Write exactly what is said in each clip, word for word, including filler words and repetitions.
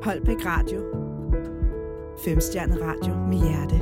Holbæk Radio. Femstjernet radio med hjerte.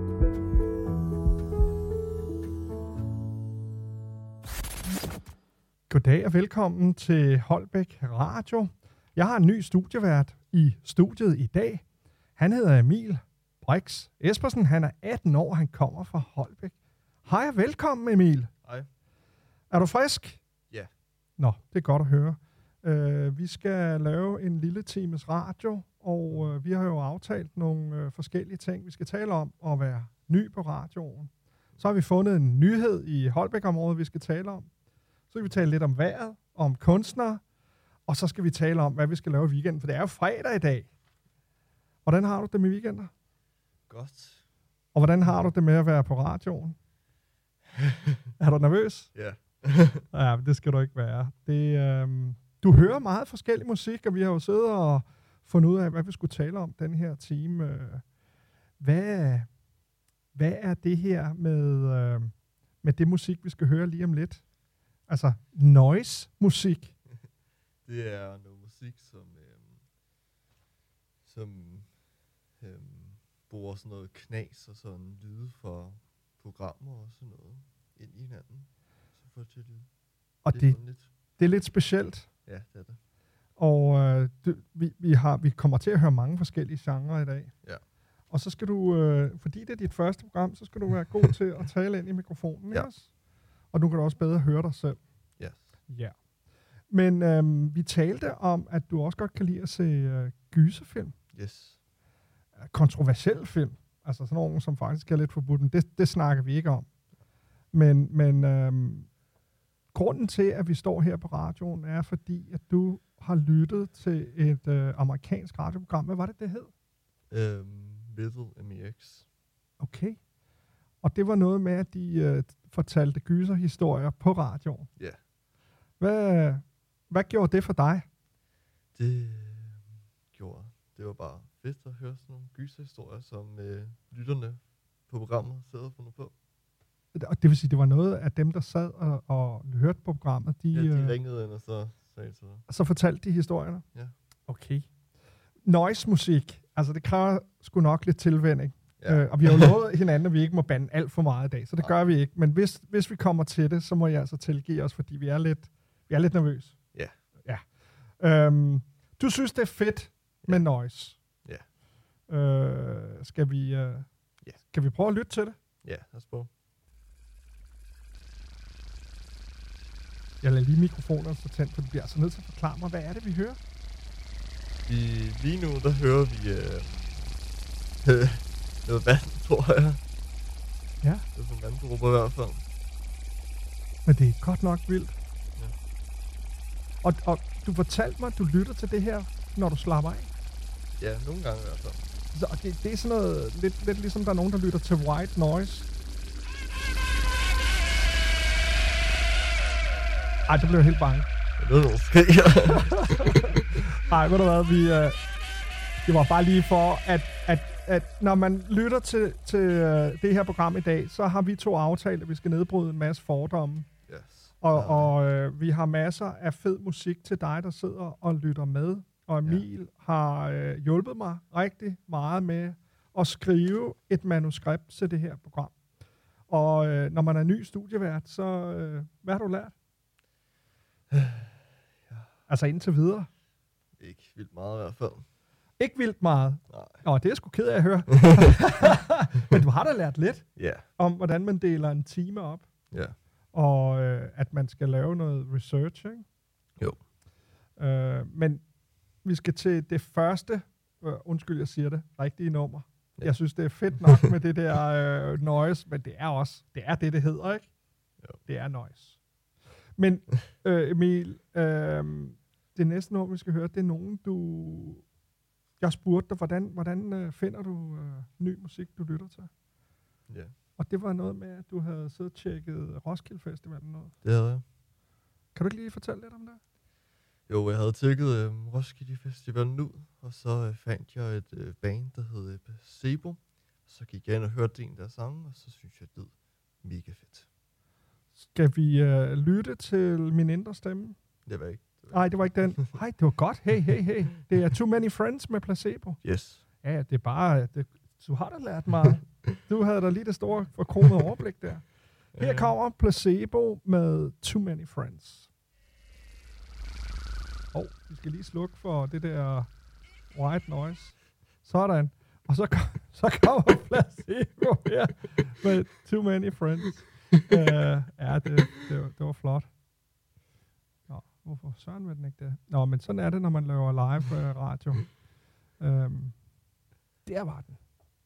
Goddag og velkommen til Holbæk Radio. Jeg har en ny studievært i studiet i dag. Han hedder Emil Brix Espersen. Han er atten år, han kommer fra Holbæk. Hej og velkommen, Emil. Hej. Er du frisk? Ja. Nå, det er godt at høre. Uh, vi skal lave en lille times radio, og uh, vi har jo aftalt nogle uh, forskellige ting, vi skal tale om at være ny på radioen. Så har vi fundet en nyhed i Holbæk-området, vi skal tale om. Så skal vi tale lidt om vejret, om kunstnere, og så skal vi tale om, hvad vi skal lave i weekenden, for det er jo fredag i dag. Hvordan har du det med weekender? Godt. Og hvordan har du det med at være på radioen? Er du nervøs? Ja. Ja, det skal du ikke være. Det, øhm, du hører meget forskellig musik, og vi har jo siddet og fundet ud af, hvad vi skulle tale om den her time. Hvad, hvad er det her med, øh, med det musik, vi skal høre lige om lidt? Altså, noise-musik. Det er noget musik, som, øhm, som øhm, bruger sådan noget knas og sådan lyde for programmer og sådan noget ind i hinanden. Så får det til at lyde. Og det, det, er lidt. det er lidt specielt. Ja, det er det. Og øh, det, vi, vi, har, vi kommer til at høre mange forskellige genrer i dag. Ja. Og så skal du, øh, fordi det er dit første program, så skal du være god til at tale ind i mikrofonen. Ja. Yes? Og nu kan du også bedre høre dig selv. Yes. Ja. Men øhm, vi talte om, at du også godt kan lide at se øh, gyserfilm. Yes. Kontroversielle film. Altså sådan nogle, som faktisk er lidt forbudt. Men det, det snakker vi ikke om. Men, men øhm, grunden til, at vi står her på radioen, er fordi, at du har lyttet til et øh, amerikansk radioprogram. Hvad var det, det hed? Øhm, Little M E X. Okay. Og det var noget med, at de øh, fortalte gyserhistorier på radioen. Ja. Yeah. Hvad, hvad gjorde det for dig? Det gjorde, det var bare fedt at høre sådan nogle gyserhistorier, som øh, lytterne på programmet sidder og fundet på. Og det vil sige, det var noget af dem, der sad og, og hørte på programmet, de, Ja, de øh, ringede ind og så sagde så. så fortalte de historierne? Ja. Okay. Noise-musik, altså det kræver sgu nok lidt tilvænning. Ja. Øh, og vi har jo lovet hinanden, at vi ikke må bande alt for meget i dag, så det Nej. gør vi ikke. Men hvis, hvis vi kommer til det, så må jeg altså tilgive os, fordi vi er lidt, vi er lidt nervøse. Ja. Ja. Øhm, du synes, det er fedt med Ja. noise? Ja. Øh, skal vi, øh, Ja. skal vi prøve at lytte til det? Ja, lad os prøve. Jeg lader lige mikrofonen så tændt, for du bliver altså nødt til at forklare mig, hvad er det, vi hører? Vi, lige nu, der hører vi øh, noget vand, tror jeg. Ja. Det er sådan en vanddråber i hvert fald. Men det er godt nok vildt. Ja. Og, og du fortalte mig, at du lytter til det her, når du slapper af. Ja, nogle gange i hvert fald. Så, og det, det er sådan noget, lidt, lidt ligesom der er nogen, der lytter til white noise. Ej, det blev jeg helt bange. Jeg ved, nogen skriger. Ej, ved du hvad, vi, øh, det var bare lige for, at, at, at når man lytter til, til øh, det her program i dag, så har vi to aftalt, at vi skal nedbryde en masse fordomme. Yes. Og, Ja. og øh, vi har masser af fed musik til dig, der sidder og lytter med. Og Emil ja. har øh, hjulpet mig rigtig meget med at skrive et manuskript til det her program. Og øh, når man er ny studievært, så øh, hvad har du lært? Ja. Altså indtil videre. Ikke vildt meget i hvert fald. Ikke vildt meget. Nej. Nå, det er sgu ked af at høre. Men du har da lært lidt Ja. om, hvordan man deler en time op. Ja. Og øh, at man skal lave noget research, ikke? Jo. Øh, men vi skal til det første, øh, undskyld jeg siger det, rigtige nummer. Ja. Jeg synes, det er fedt nok med det der øh, noise, men det er også, det er det, det hedder, ikke? Jo. Det er noise. Men øh, Emil, øh, det næste nummer, vi skal høre, det er nogen, du... Jeg spurgte dig, hvordan, hvordan øh, finder du øh, ny musik, du lytter til? Ja. Og det var noget med, at du havde siddet og tjekket Roskilde Festivalen noget. Det havde jeg. Kan du ikke lige fortælle lidt om det? Jo, jeg havde tjekket øh, Roskilde Festivalen ud, og så øh, fandt jeg et øh, band, der hed øh, Placebo. Så gik jeg ind og hørte en der sange, og så synes jeg, det lød mega fedt. Skal vi øh, lytte til min indre stemme? Det var ikke. Det Nej, det var ikke den. Nej, det var godt. Hey, hey, hey. Det er Too Many Friends med Placebo. Yes. Ja, det er bare... Det, du har da lært mig. Du havde da lige det store forkromede overblik der. Her kommer Placebo med Too Many Friends. Og oh, vi skal lige slukke for det der white noise. Sådan. Og så, kom, så kommer Placebo her med Too Many Friends. uh, ja, det, det, var, det var flot. Nå, hvorfor søren ved den ikke det? Nå, men sådan er det, når man laver live uh, radio. Um, der var den.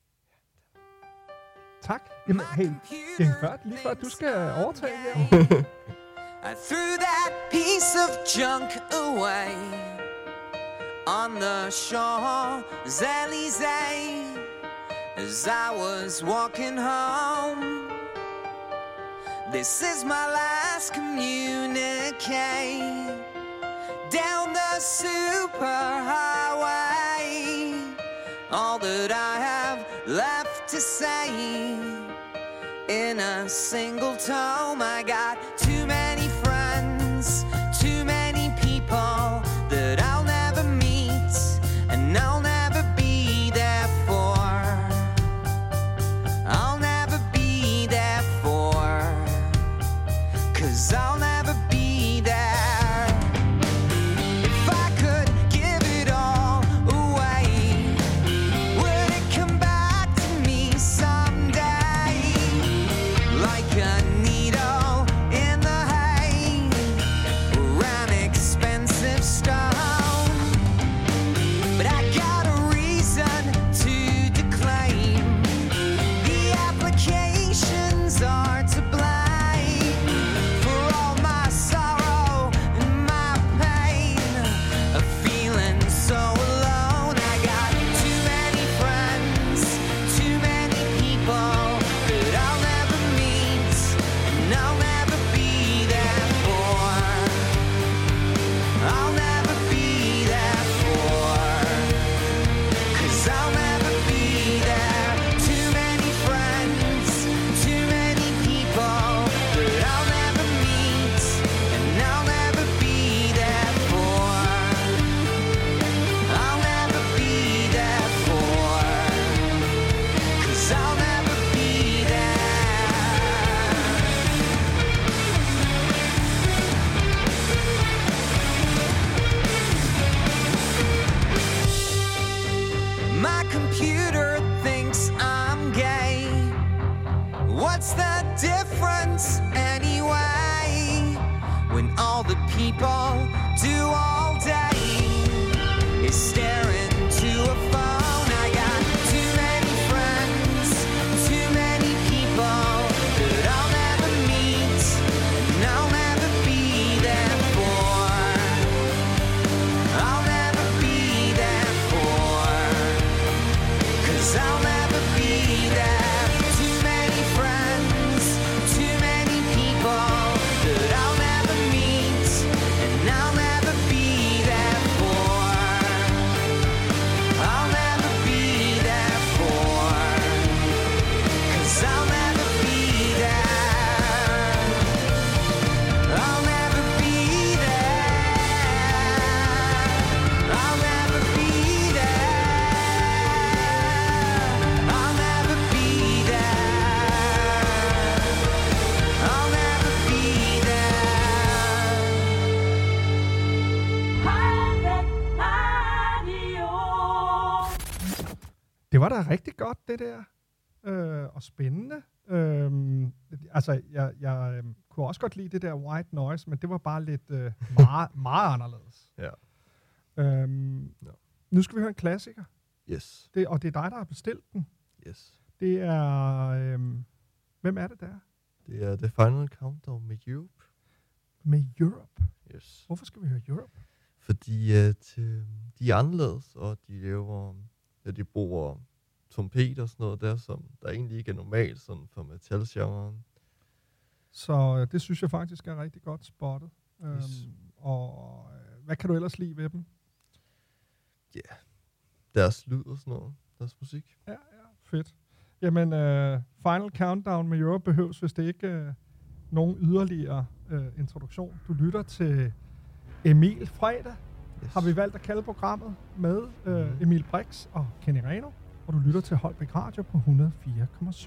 Tak. Jamen, hey, det er før, lige før du skal overtage her. I threw that piece of junk away on the Champs-Élysées as I was walking home. This is my last communique down the superhighway. All that I have left to say in a single tome. I got too many friends, too many people that I'll never meet and I'll never be there for. I'll never be there for, 'cause I'll never be there. If I could give it all away, would it come back to me someday? Like a needle in the hay, or an expensive stone. But I got a reason to declaim. The applications are to blame for all my sorrow and my pain of feeling so alone. I got too many friends, too many people that I'll never meet and I'll never be there for. I'll never be there for, 'cause I'll never be there. Too many friends, too many people that I'll never meet and I'll never be there for. I'll never be there for, 'cause I'll never be there. My computer thinks I'm gay. What's the difference anyway? When all the people do all day is stare into a phone. I got too many friends, too many people that I'll never meet and I'll never be there for. I'll never be there for, 'cause I'll never be there. Too many friends, too many people that I'll never meet and I'll never be there for. I'll never be there for, 'cause I'll never be there. I'll never be there. I'll never be there. I'll never be there. I'll never be there. Det var da rigtig godt, det der. Øh, og spændende. Øhm, altså, jeg, jeg øhm, kunne også godt lide det der white noise, men det var bare lidt øh, meget, meget anderledes. Ja. Øhm, Ja. Nu skal vi høre en klassiker. Yes. Det, og det er dig, der har bestilt den. Yes. Det er... Øhm, hvem er det der? Det er The Final Countdown med Europe. Med Europe. Yes. Hvorfor skal vi høre Europe? Fordi at, øh, de er anderledes, og de laver, ja, de bruger trompet og sådan noget der, som der egentlig ikke er normalt sådan for metal-genren. Så øh, det synes jeg faktisk er rigtig godt spottet. Øhm, Yes. og øh, hvad kan du ellers lide ved dem? Deres lyd og sådan noget, deres musik. Ja, ja, fedt. Jamen, øh, Final Countdown med Europe behøves, hvis det ikke øh, nogen yderligere øh, introduktion. Du lytter til Emil Fredag Yes. har vi valgt at kalde programmet med øh, Emil Brix og Kenny Reno, og du lytter til Holbæk Radio på et hundrede og fire komma syv.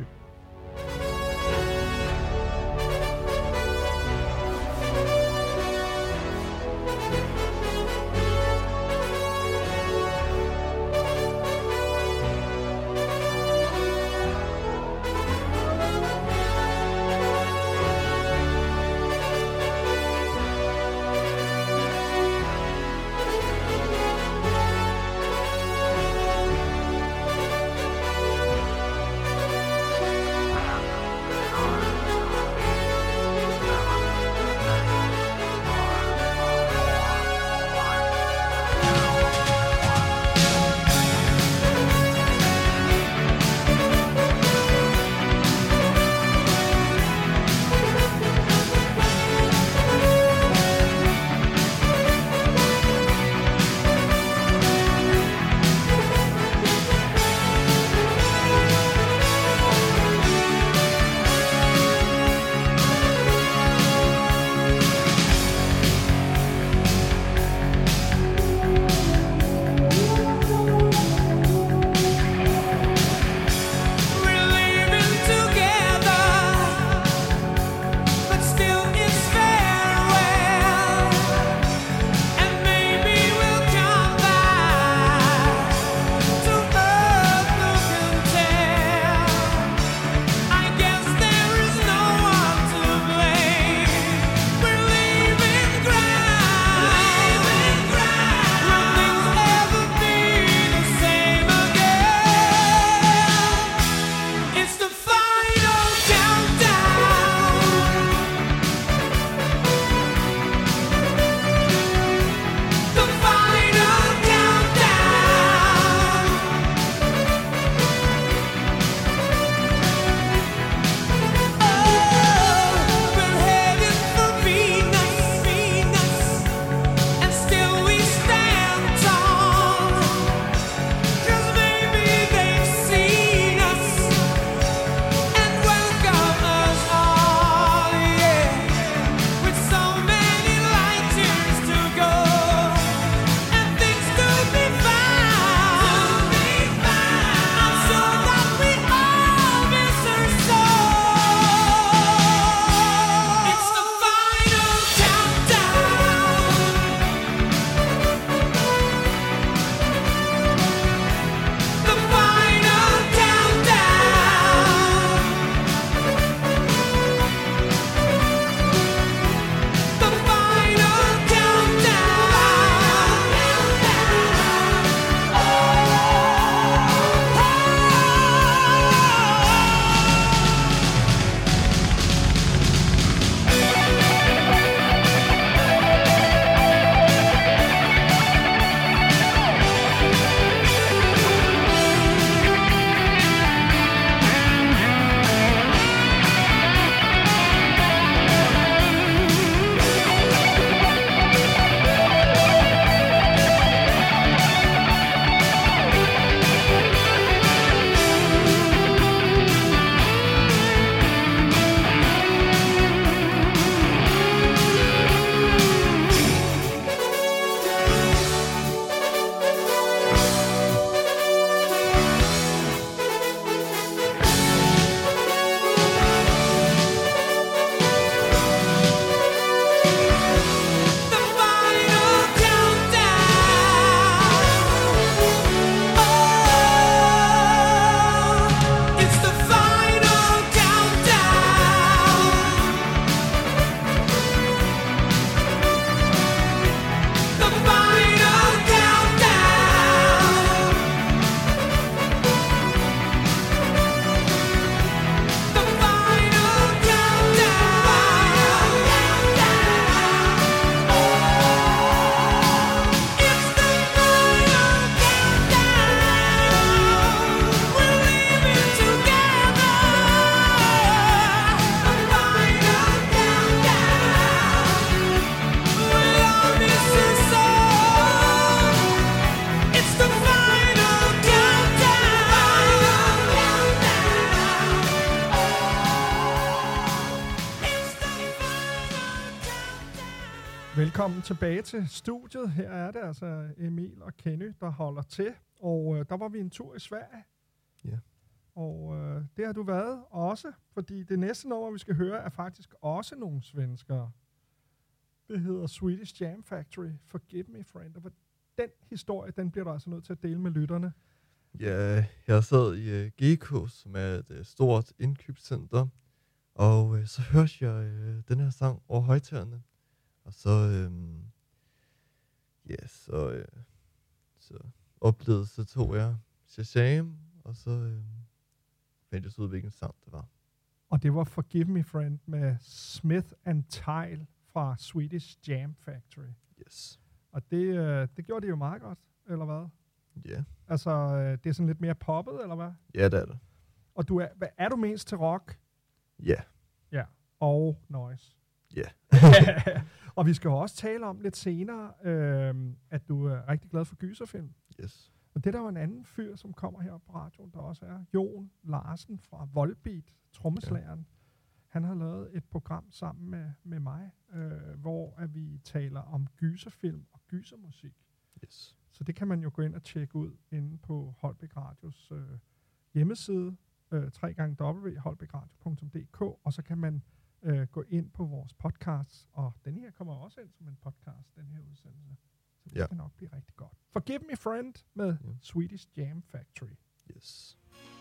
velkommen tilbage til studiet. Her er det altså Emil og Kenny, der holder til. Og øh, der var vi en tur i Sverige. Ja. Og øh, det har du været også, fordi det næste nummer, vi skal høre, er faktisk også nogle svenskere. Det hedder Swedish Jam Factory, Forgive Me Friend. Og den historie, den bliver du altså nødt til at dele med lytterne. Ja, jeg sad i uh, G K, som er et uh, stort indkøbscenter. Og uh, så hørte jeg uh, den her sang over højtalerne. Og så, um, ja, så, uh, så oplevede, så tog jeg Shazam, og så uh, fandt jeg så ud, hvilken sang det var. Og det var Forgive Me Friend med Smith and Tile fra Swedish Jam Factory. Yes. Og det, uh, det gjorde de jo meget godt, eller hvad? Ja. Yeah. Altså, uh, det er sådan lidt mere poppet, eller hvad? Ja, det er det. Og du er, hvad, er du mest til rock? Ja. Yeah. Ja, og noise. Ja. Yeah. Og vi skal jo også tale om lidt senere, øh, at du er rigtig glad for gyserfilm. Yes. Og det er der jo en anden fyr, som kommer her på radioen, der også er Jon Larsen fra Volbeat, trommeslageren. Ja. Han har lavet et program sammen med, med mig, øh, hvor at vi taler om gyserfilm og gysermusik. Yes. Så det kan man jo gå ind og tjekke ud inde på Holbæk Radios øh, hjemmeside, øh, w w w punktum holbæk radio punktum d k, og så kan man øh, gå ind på vores podcast, og den her kommer også ind som en podcast, den her udsendelse. Så det ja. skal nok blive rigtig godt. Forgive Me Friend med ja. Swedish Jam Factory. Yes.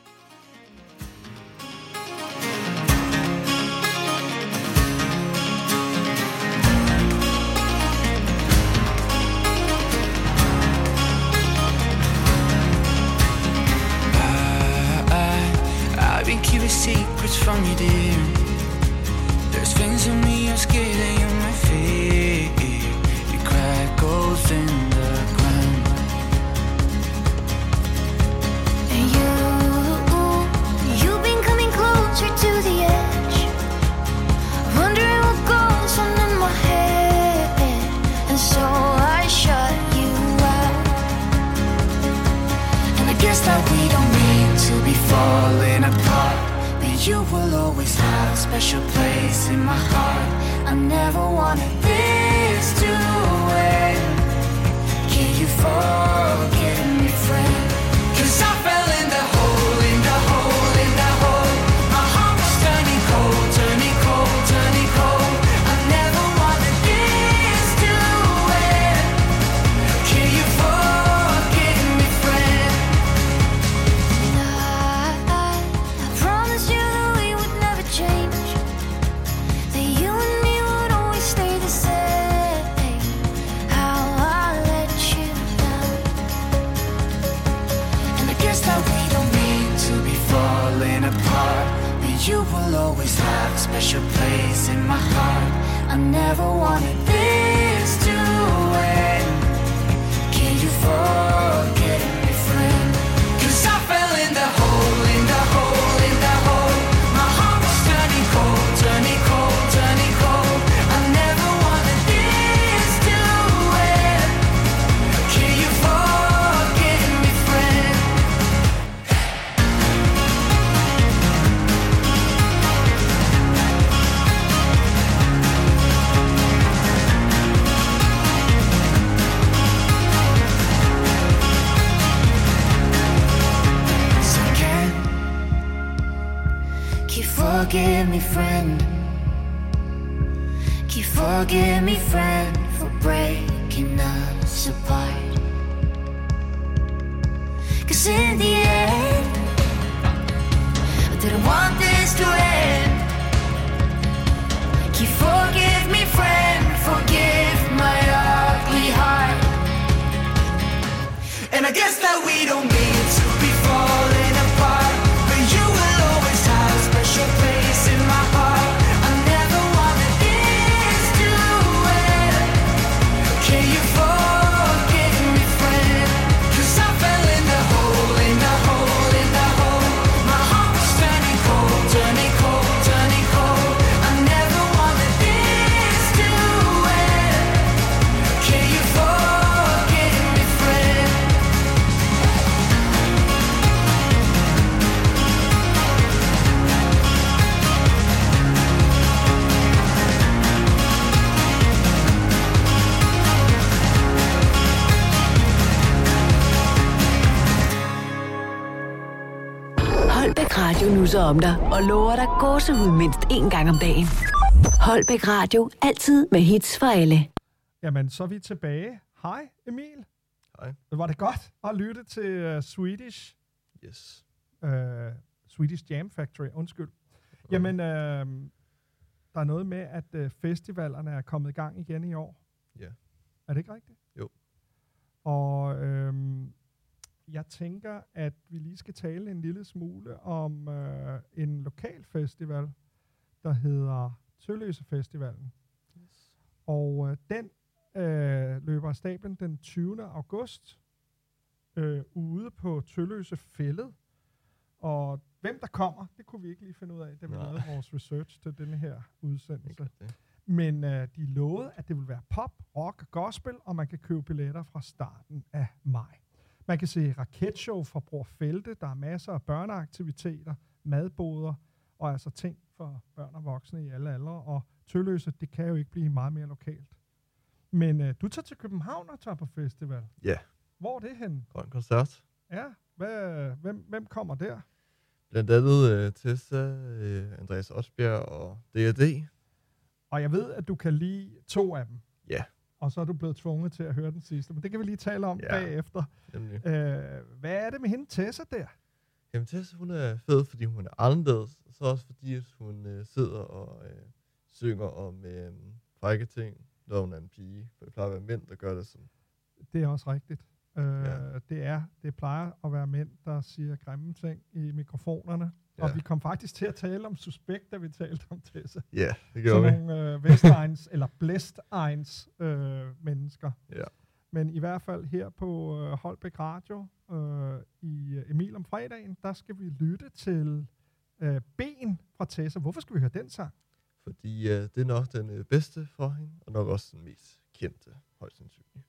I've been keeping secrets from you, dear. There's things in me I'm scared that you might fear. You crack holes in the ground. And you, you've been coming closer to the edge, wondering what goes on in my head. And so I shut you out. And I guess that we don't mean to be falling apart, but you will always have a special place in my heart. I never wanted this to end. Can you forgive me, friend? 'Cause I fell in the hole, in the hole, in the hole. My heart was turning cold, turning cold, turning cold. I never wanted this to end. Can you forgive me, friend? I, I, I promised you that we would never change, that you and me would always stay the same. How I let you down. And I guess that we don't mean to be falling apart, but you will always have a special place in my heart. I never wanted this to end. Can you forgive me, friend? 'Cause I fell in the hole, in the hole, in the hole. My heart was turning cold, turning cold, turning cold. I never wanted this to end. Can you forgive me, friend? So can you forgive me, friend? Can you forgive me, friend, for breaking us apart? 'Cause in the end, I didn't want this to end. Can you forgive me, friend, forgive my ugly heart? And I guess that we don't mean to be falling apart, but you will always have a special place in my heart. I never wanted this to end. Can you forgive me, friend? 'Cause I fell in the hole, in the hole, in the hole. My heart was turning cold, turning cold, turning cold. I never wanted this to Radio nusser om dig og lover dig gåsehud mindst én gang om dagen. Holbæk Radio. Altid med hits for alle. Jamen, så er vi tilbage. Hej, Emil. Hej. Var det godt at lytte til uh, Swedish? Yes. Uh, Swedish Jam Factory, undskyld. Okay. Jamen, uh, der er noget med, at uh, festivalerne er kommet i gang igen i år. Ja. Er det ikke rigtigt? Jo. Og øhm, jeg tænker, at vi lige skal tale en lille smule om øh, en lokal festival, der hedder Tølløse Festivalen. Yes. Og øh, den øh, løber af stablen den tyvende august øh, ude på Tølløse Fælled. Og hvem der kommer, det kunne vi ikke lige finde ud af, da vi lavede vores research til denne her udsendelse. Men øh, de lovede, at det vil være pop, rock og gospel, og man kan købe billetter fra starten af maj. Man kan se raketshow fra Bror Fælte, der er masser af børneaktiviteter, madboder, og altså ting for børn og voksne i alle aldre. Og Tølløse, det kan jo ikke blive meget mere lokalt. Men øh, du tager til København og tager på festival. Ja. Yeah. Hvor er det henne? Grøn Koncert. Ja, Hvad, hvem, hvem kommer der? Blandt andet uh, Tessa, uh, Andreas Osbjerg og D og D. Og jeg ved, at du kan lide to af dem. Ja. Yeah. Og så er du blevet tvunget til at høre den sidste. Men det kan vi lige tale om yeah. bagefter. Nemlig. Øh, hvad er det med hende, Tessa, der? Jamen, Tessa, hun er fed, fordi hun er anderledes. Og så også fordi, at hun uh, sidder og uh, synger om uh, frække ting, når hun er en pige. For det plejer at være mænd, der gør det sådan. Det er også rigtigt. Uh, ja. det, er, det plejer at være mænd, der siger grimme ting i mikrofonerne. Ja. Og vi kom faktisk til at tale om Suspekt, da vi talte om Tessa. Ja, det gjorde vi. Sådan nogle uh, Vestegns eller Blæstegns uh, mennesker. Ja. Men i hvert fald her på uh, Holbæk Radio uh, i uh, Emil om fredagen, der skal vi lytte til uh, Ben fra Tessa. Hvorfor skal vi høre den sang? Fordi uh, det er nok den uh, bedste for hende, og nok også den mest kendte, højst sandsynligt.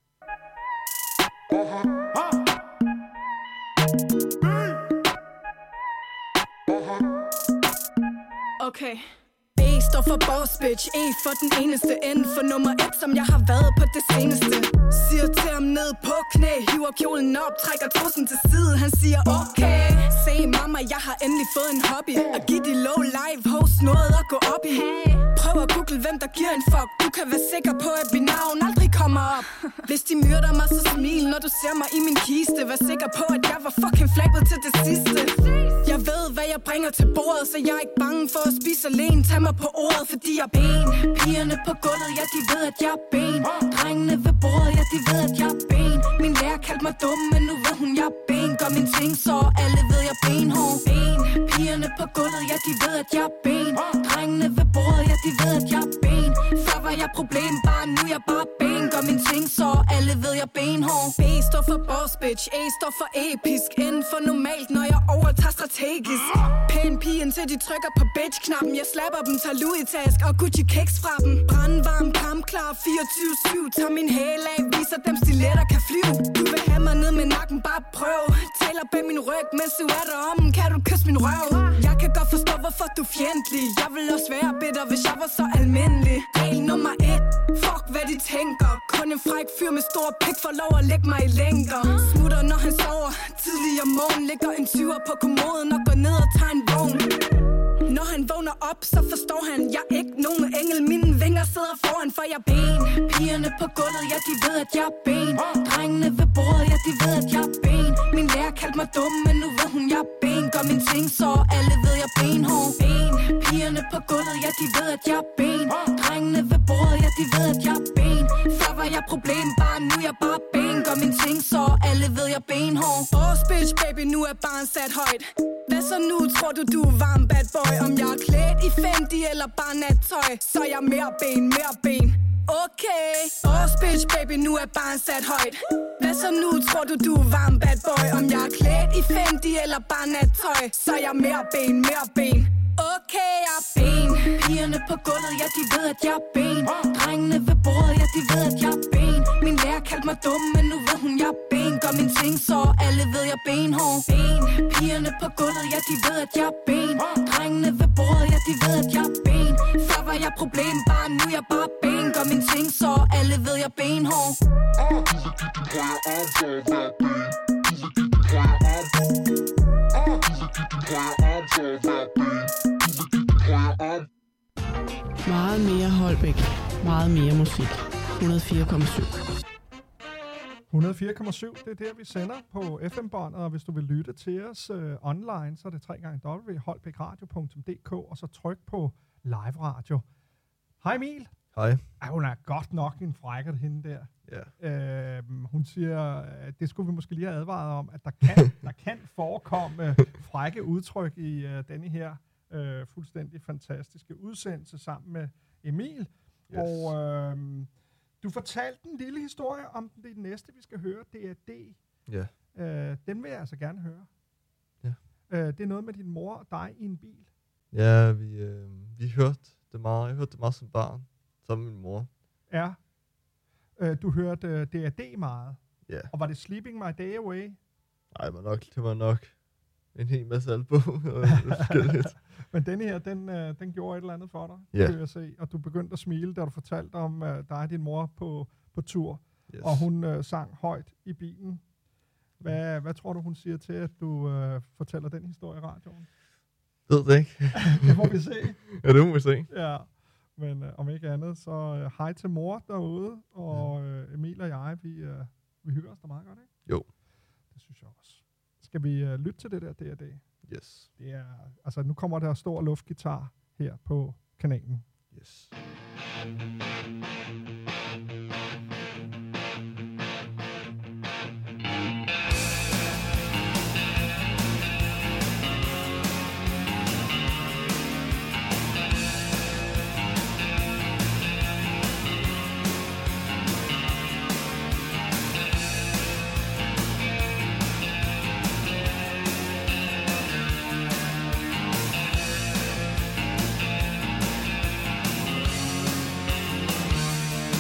Okay. B står for boss bitch, E for den eneste, N for nummer et, som jeg har været på det seneste. Siger til ham ned på knæ, hiver kjolen op, trækker trussen til side. Han siger okay. Se mamma, jeg har endelig fået en hobby. At give de low live host noget at gå op i. Prøv at google, hvem der giver en fuck. Du kan være sikker på, at mit navn aldrig kommer op. Hvis de myrder mig, så smil, når du ser mig i min kiste. Vær sikker på, at jeg var fucking flabet til det sidste. Jeg ved, hvad jeg bringer til bordet, så jeg er ikke bange for at spise alene. Tag mig på ordet, fordi jeg er ben. Pigerne på gulvet, ja, de ved, at jeg er ben. Drengene ved bordet, ja, de ved, at jeg er ben. Min lærer kaldte mig dum, men nu ved hun, jeg er ben. Gør min ting, så alle ved, jeg er benhård. Ben. Pigerne på gulvet, ja, de ved, at jeg er ben. Drengene ved bordet, ja, de ved, at jeg er ben. Før var jeg problem, bare nu er jeg bare ben. Gør min ting, så alle ved, jeg er benhård. B står for boss bitch, A står for episk. N for normalt, når jeg overtager strategisk. Pæn pige, indtil de trykker på bitch-knappen. Jeg slapper dem, tager Louis-task og Gucci-keks fra dem. Brandvarm, kampklar, fireogtyve syv. Tag min hæle af, viser dem stiletter kan flyve. Du vil have mig ned med nakken, bare prøv. Taler bag min ryg, mens du er derom. Kan du kysse min røv? Jeg kan godt forstå, hvorfor du er fjendtlig. Jeg vil også være bitter, hvis jeg var så almindelig. Regel nummer et. Fuck, hvad de tænker. Kun en fræk fyr med stor pik får lov at lægge mig i lænker. Smutter, når han sover. Tidlig om morgen ligger en tyver på kommoden og går ned og tager en vogn. Når han vågner op, så forstår han, jeg er ikke nogen engel. Mine vinger sidder foran, for jeg er ben. Pigerne på gulvet, ja, de ved, at jeg er ben. Drengene ved bordet, ja, de ved, at jeg er ben. Min lærer kaldte mig dum, men nu ved hun, jeg er ben. Gør min ting, så alle ved, jeg er benhård. Ben. Pigerne på gulvet, ja, de ved, at jeg er ben. Drengene ved bordet, ja, de ved, at jeg er ben. Før var jeg problem, bare nu er jeg bare ben. Gør min ting, så alle ved, jeg er benhård. Boss bitch, baby, nu er barn sat højt. Hvad så nu, tror du, du er varm bad boy? Om jeg er klædt i Fendi eller bare nattøj, så er jeg mere ben, mere ben. Okay, boss bitch, baby, nu er barn sat højt. Hvad så nu, tror du, du er varm bad boy? Om jeg er klædt i Fendi eller bare nattøj, så er jeg mere ben, mere ben. Okay, jeg er ben. Pigerne på gulvet, ja, de ved, at jeg er ben. Drengene ved bordet, ja, de ved, at jeg er ben. Min lærer kaldte mig dum, men nu ved hun, jeg er ben. Gør min ting, så alle ved, jeg er benhård. Ben. Pigerne på gulvet, ja, de ved, at jeg er ben. Drengene ved bordet, ja, de ved, at jeg er ben. Før var jeg problem, bare nu er jeg bare ben. Gør min ting, så alle ved, jeg er benhård. Meget mere Holbæk. Meget mere musik. hundrede og fire komma syv. hundrede og fire komma syv, det er der, vi sender på F M-båndet, og hvis du vil lytte til os øh, online, så er det tre gange w punktum holbækradio punktum d k, og så tryk på live radio. Hej Emil. Hej. Ej, hun er godt nok en frækker, hende der. Ja. Øh, hun siger, at det skulle vi måske lige have advaret om, at der kan, der kan forekomme frække udtryk i øh, denne her øh, fuldstændig fantastiske udsendelse sammen med Emil. Yes. Og øh, du fortalte en lille historie om det, det næste, vi skal høre. Det er D. Ja. Øh, den vil jeg altså gerne høre. Ja. Øh, det er noget med din mor og dig i en bil. Ja, vi, øh, vi hørte det meget. Jeg hørte det meget som barn, sammen med min mor. Ja. Øh, du hørte øh, D A D meget. Ja. Og var det Sleeping My Day Away? Nej, det var nok, det var nok en hel masse album og forskelligt. Men denne her, den, øh, den gjorde et eller andet for dig, Ja. kan jeg se. Og du begyndte at smile, da du fortalte om øh, dig og din mor på, på tur. Yes. Og hun øh, sang højt i bilen. Hvad, hvad tror du, hun siger til, at du øh, fortæller den historie i radioen? Ved det ikke. Det må vi se. Ja, det må vi se. Ja, men øh, om ikke andet, så øh, hej til mor derude. Og øh, Emil og jeg, vi, øh, vi hygger os da meget godt, ikke? Jo. Det synes jeg også. Skal vi øh, lytte til det der D A D? Yes. Det er, altså nu kommer der stor luftgitar her på kanalen. Yes. Thank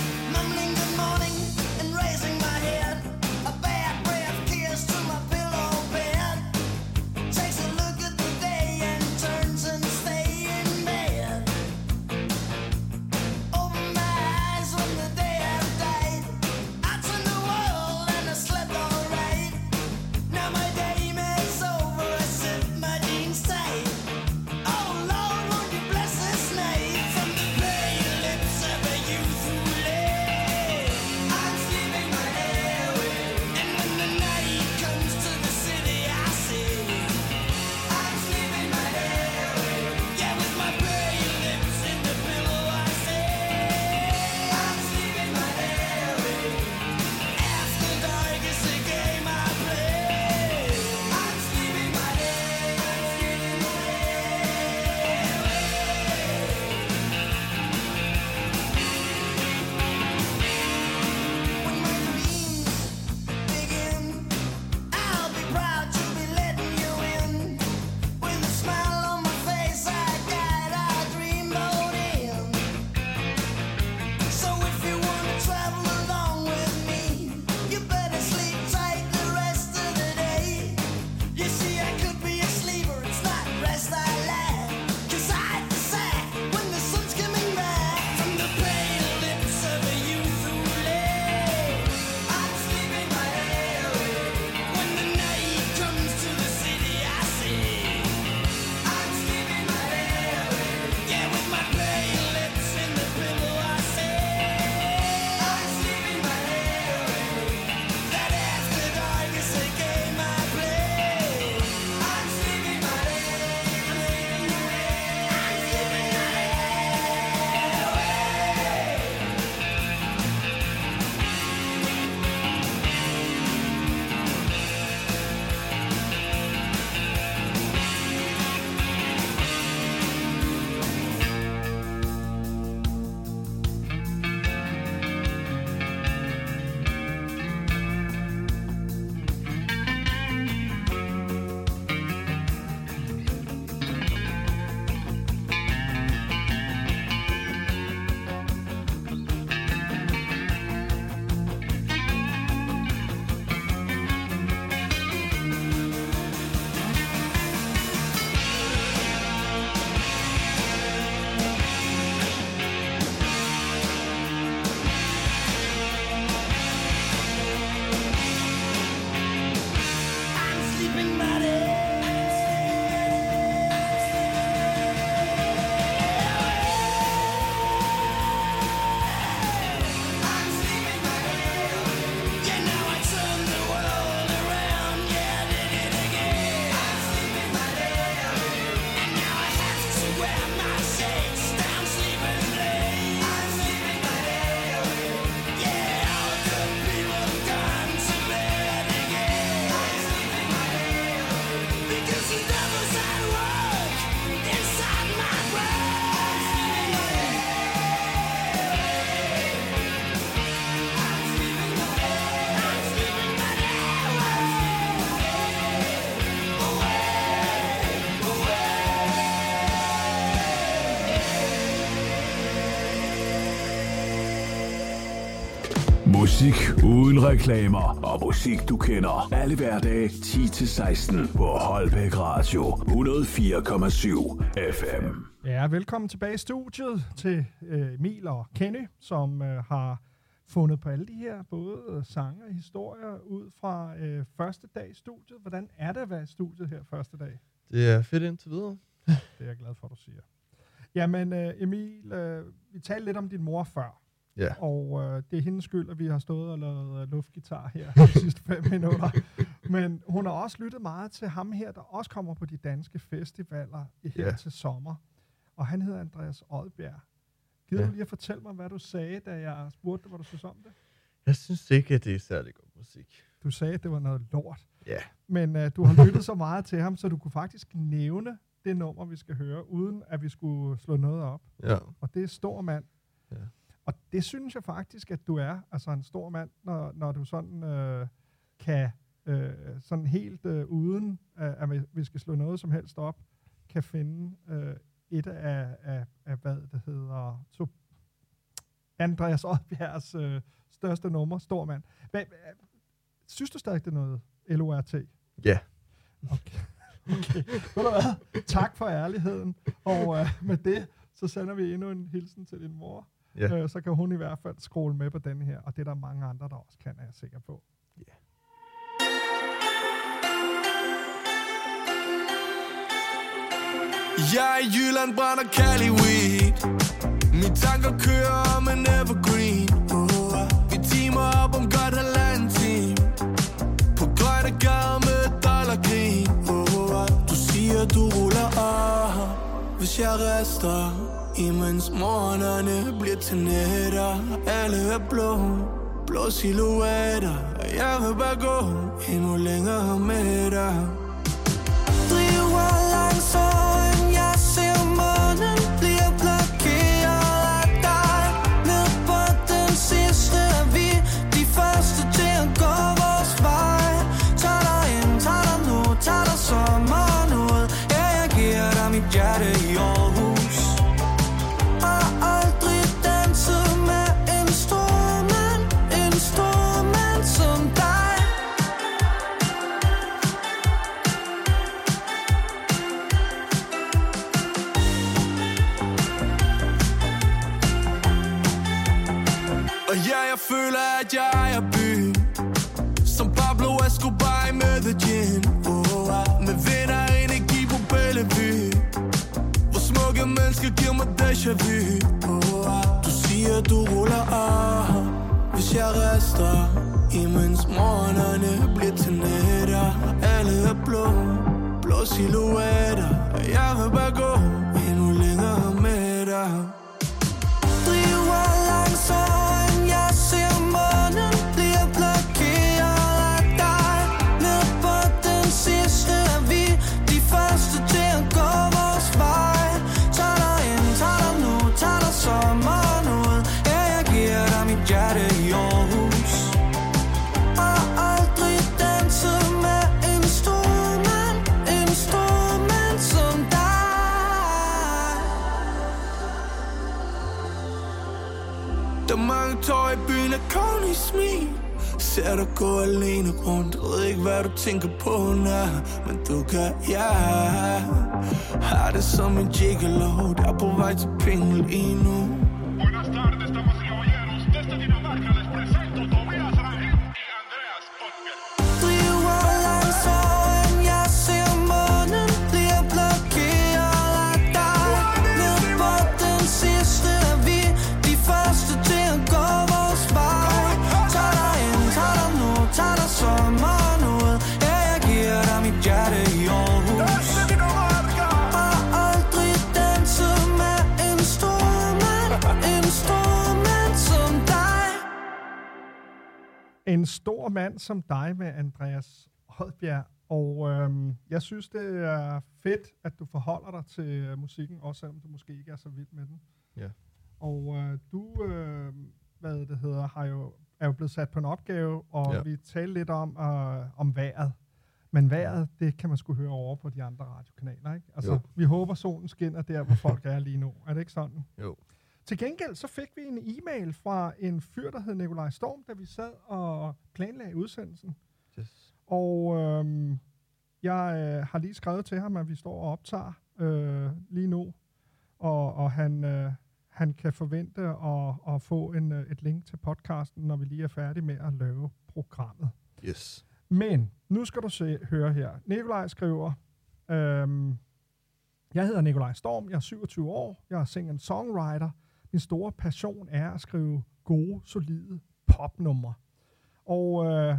Musik uden reklamer og musik du kender. Alle hverdage ti til seksten på Holbæk Radio hundrede og fire komma syv F M. Ja, velkommen tilbage i studiet til øh, Emil og Kenny, som øh, har fundet på alle de her både sange og historier ud fra øh, første dag i studiet. Hvordan er det at være i studiet her første dag? Det er fedt indtil videre. Det er jeg glad for, du siger. Jamen øh, Emil, øh, vi talte lidt om din mor før. Ja. Og øh, det er hendes skyld, at vi har stået og lavet øh, luftgitar her de sidste fem minutter. Men hun har også lyttet meget til ham her, der også kommer på de danske festivaler her Ja. til sommer. Og han hedder Andreas Odbjerg. Gider Ja. du lige at fortælle mig, hvad du sagde, da jeg spurgte dig, hvad du synes om det? Jeg synes ikke, at det er særlig god musik. Du sagde, at det var noget lort. Ja. Men øh, du har lyttet så meget til ham, så du kunne faktisk nævne det nummer, vi skal høre, uden at vi skulle slå noget op. Ja. Og det er Stor Mand. Ja. Og det synes jeg faktisk, at du er, altså en stor mand, når, når du sådan øh, kan, øh, sådan helt øh, uden, øh, at vi- vi skal slå noget som helst op, kan finde øh, et af, af, af, hvad det hedder, så Andreas Odbjergs øh, største nummer, Stor Mand. Hvad, hvad, synes du stadig, det er noget L O R T? Ja. Okay. Okay. Ved du hvad? Tak for ærligheden. Og øh, med det, så sender vi endnu en hilsen til din mor. Ja. Øh, så kan hun i hvert fald scrolle med på den her, og det er der mange andre, der også kan, er jeg sikker på. Jeg er i Jylland, brænder Cali weed. Mine tanker kører om en evergreen. uh, Vi timer op om godt halvanden time på grønne gader med dollargrin. uh, Du siger du ruller af, hvis jeg rester, imens morgenerne bliver til nætter. Alle er blå, blå silhuetter, og jeg vil bare gå endnu længere med dig. Driver langs øjen, jeg ser månen bliver blokeret af dig. Ned på den sidste er vi de første til at gå vores vej. Tag dig ind, tag dig nu, tag dig sommeren ud. Ja, jeg giver dig mit hjerte i Aarhus. Har aldrig danset med en stor mand, en stor mand som dig. Og ja, jeg føler, at jeg ejer byen, som Pablo Escobar i Medellin. oh, Med vind og energi på Bellevue, hvor smukke mennesker giver mig déjà vu. oh, Du siger, du ruller af, hvis jeg rester, imens morgenerne bliver til nætter. Alle er blå, blå silhuetter, og jeg vil bare gå endnu længere med dig. Driver langs øjen, jeg ser månen bliver blokeret af dig. Ned på den sidste er vi de første til at gå vores vej. Tag dig ind, tag dig nu, tag dig sommeren ud. Ja, jeg giver dig mit hjerte i Aarhus. Har aldrig danset med en stor mand, en stor mand som dig. Der er mange tår i byen af konge smil. Ser dig gå alene rundt, ved ikke hvad du tænker på, nej. Men du kan, ja. Har det som en gigolo, der er på vej til penge lige nu. Buenas tardes, damas y caballeros. Desde Dinamarca les presento Tobias Rangel y Andreas Odbjerg. Driver langs øjen, jeg ser månen bliver blokeret af dig. Ned på den sidste er vi de første til at gå vores vej. Tag dig ind, tag dig nu, tag dig sommeren ud. Ja, jeg giver dig mit hjerte i Aarhus. Har aldrig danset med en stor mand, en stor mand som dig. En stor mand som dig med Andreas Odbjerg. Og øhm, jeg synes, det er fedt, at du forholder dig til øh, musikken, også selvom du måske ikke er så vild med den. Ja. Og øh, du, øh, hvad det hedder, har jo, er jo blevet sat på en opgave, og Ja. vi talte lidt om, øh, om vejret. Men vejret, det kan man sgu høre over på de andre radiokanaler, ikke? Altså, Jo. vi håber, solen skinner der, hvor folk er lige nu. Er det ikke sådan? Jo. Til gengæld så fik vi en e-mail fra en fyr, der hed Nikolaj Storm, da vi sad og planlagde udsendelsen. Yes. Og øhm, jeg øh, har lige skrevet til ham, at vi står og optager øh, lige nu, og, og han, øh, han kan forvente at, at få en, øh, et link til podcasten, når vi lige er færdige med at lave programmet. Yes. Men nu skal du se, høre her. Nikolaj skriver, øhm, jeg hedder Nikolaj Storm, jeg er syvogtyve år, jeg er singer-songwriter. Min store passion er at skrive gode, solide popnumre. Og øh,